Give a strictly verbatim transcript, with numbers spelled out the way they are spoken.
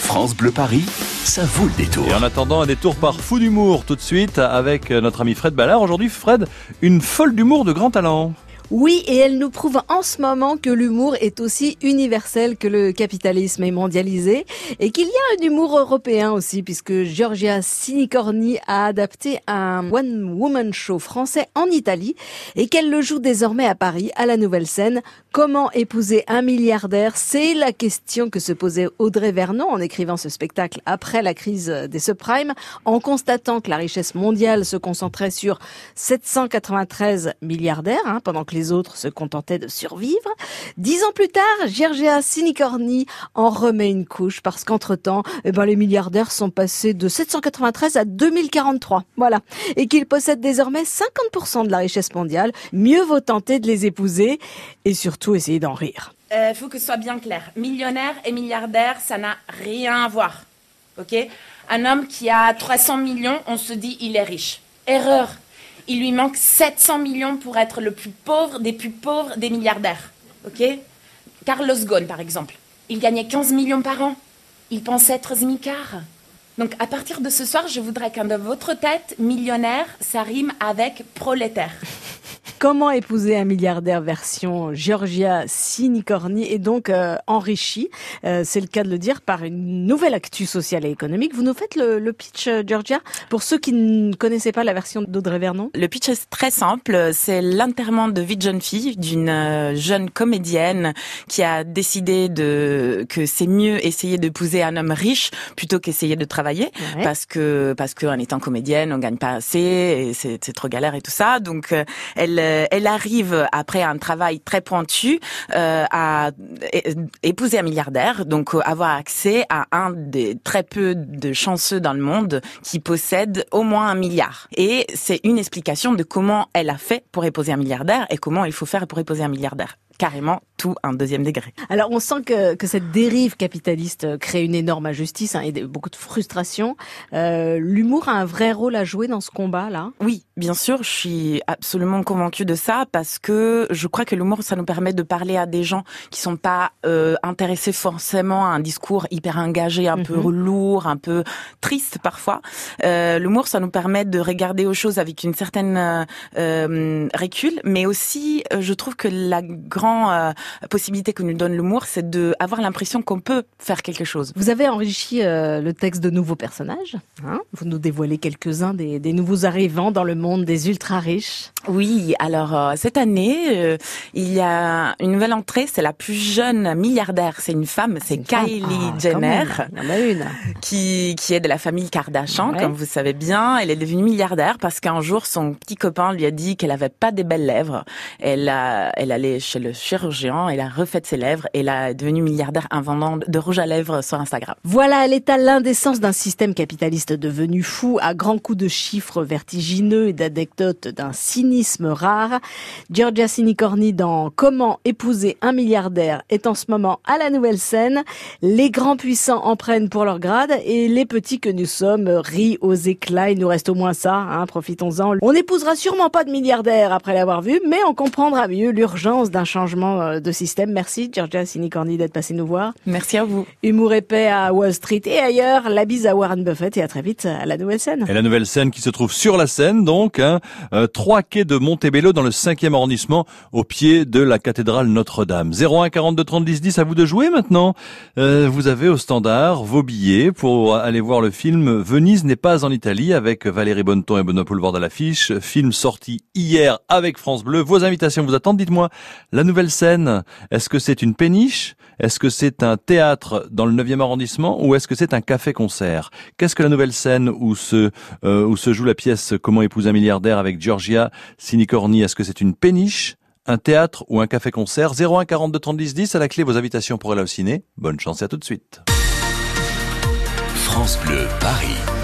France Bleu Paris, ça vaut le détour. Et en attendant, un détour par Fou d'humour tout de suite avec notre ami Fred Ballard. Aujourd'hui, Fred, une folle d'humour de grand talent. Oui, et elle nous prouve en ce moment que l'humour est aussi universel que le capitalisme est mondialisé et qu'il y a un humour européen aussi, puisque Giorgia Sinicorni a adapté un one-woman show français en Italie et qu'elle le joue désormais à Paris, à la Nouvelle Scène. Comment épouser un milliardaire? C'est la question que se posait Audrey Vernon en écrivant ce spectacle après la crise des subprimes, en constatant que la richesse mondiale se concentrait sur sept cent quatre-vingt-treize milliardaires, hein, pendant que les les autres se contentaient de survivre. Dix ans plus tard, Giorgia Sinicorni en remet une couche parce qu'entre-temps, eh ben, les milliardaires sont passés de sept cent quatre-vingt-treize à deux mille quarante-trois. Voilà. Et qu'ils possèdent désormais cinquante pour cent de la richesse mondiale. Mieux vaut tenter de les épouser et surtout essayer d'en rire. Il euh, faut que ce soit bien clair. Millionnaire et milliardaire, ça n'a rien à voir. Ok ? Un homme qui a trois cents millions, on se dit il est riche. Erreur. Il lui manque sept cents millions pour être le plus pauvre des plus pauvres des milliardaires. Ok ? Carlos Ghosn, par exemple. Il gagnait quinze millions par an. Il pensait être smicard. Donc, à partir de ce soir, je voudrais qu'un de votre tête, millionnaire, ça rime avec prolétaire. Comment épouser un milliardaire version Giorgia Sinicorni est donc euh, enrichi, euh, c'est le cas de le dire, par une nouvelle actu sociale et économique. Vous nous faites le, le pitch, euh, Giorgia, pour ceux qui ne connaissaient pas la version d'Audrey Vernon? Le pitch est très simple, c'est l'enterrement de vie de jeune fille d'une euh, jeune comédienne qui a décidé de que c'est mieux essayer d'épouser un homme riche plutôt qu'essayer de travailler, ouais. parce que parce que en étant comédienne, on gagne pas assez et c'est, c'est trop galère et tout ça. Donc euh, elle Elle arrive, après un travail très pointu, euh, à épouser un milliardaire, donc avoir accès à un des très peu de chanceux dans le monde qui possède au moins un milliard. Et c'est une explication de comment elle a fait pour épouser un milliardaire et comment il faut faire pour épouser un milliardaire. Carrément tout un deuxième degré. Alors on sent que, que cette dérive capitaliste crée une énorme injustice, hein, et beaucoup de frustration. Euh, l'humour a un vrai rôle à jouer dans ce combat-là? Oui, bien sûr, je suis absolument convaincue de ça parce que je crois que l'humour, ça nous permet de parler à des gens qui sont pas euh, intéressés forcément à un discours hyper engagé, un mm-hmm. peu lourd, un peu triste parfois. Euh, l'humour, ça nous permet de regarder aux choses avec une certaine euh, euh, recul, mais aussi, euh, je trouve que la grande Euh, possibilité que nous donne l'humour, c'est de avoir l'impression qu'on peut faire quelque chose. Vous avez enrichi euh, le texte de nouveaux personnages, hein ? Vous nous dévoilez quelques-uns des, des nouveaux arrivants dans le monde des ultra-riches. Oui, alors euh, cette année, euh, il y a une nouvelle entrée, c'est la plus jeune milliardaire, c'est une femme, c'est, c'est une Kylie femme. Ah, Jenner, il y en a une. qui qui est de la famille Kardashian, ouais. Comme vous savez bien. Elle est devenue milliardaire parce qu'un jour, son petit copain lui a dit qu'elle avait pas des belles lèvres. Elle a, elle allait chez le chirurgien, elle a refait ses lèvres et elle est devenue milliardaire en vendant de rouge à lèvres sur Instagram. Voilà, elle est à l'indécence d'un système capitaliste devenu fou à grands coups de chiffres vertigineux et d'anecdotes d'un cynisme rare. Giorgia Sinicorni dans Comment épouser un milliardaire est en ce moment à la Nouvelle Scène. Les grands puissants en prennent pour leur grade et les petits que nous sommes rient aux éclats. Il nous reste au moins ça, hein, profitons-en. On n'épousera sûrement pas de milliardaire après l'avoir vu, mais on comprendra mieux l'urgence d'un changement de système. Merci Giorgia Sinicorni d'être passée nous voir. Merci à vous. Humour épais à Wall Street et ailleurs. La bise à Warren Buffett et à très vite à la Nouvelle Scène. Et la Nouvelle Scène qui se trouve sur la Seine, donc, hein, euh, trois quais de Montebello dans le cinquième arrondissement, au pied de la cathédrale Notre-Dame. zéro un quarante-deux trente dix dix, à vous de jouer maintenant. Euh, vous avez au standard vos billets pour aller voir le film Venise n'est pas en Italie avec Valérie Bonneton et Benoît Poelvoorde à l'affiche. Film sorti hier avec France Bleu. Vos invitations vous attendent. Dites-moi, la Nouvelle Scène, est-ce que c'est une péniche? Est-ce que c'est un théâtre dans le neuvième arrondissement ou est-ce que c'est un café-concert? Qu'est-ce que la Nouvelle Scène où se, euh, où se joue la pièce Comment épouser un milliardaire avec Giorgia Sinicorni? Est-ce que c'est une péniche, un théâtre ou un café-concert? zéro un quarante-deux trente dix dix, à la clé vos invitations pour aller au ciné. Bonne chance et à tout de suite. France Bleu Paris.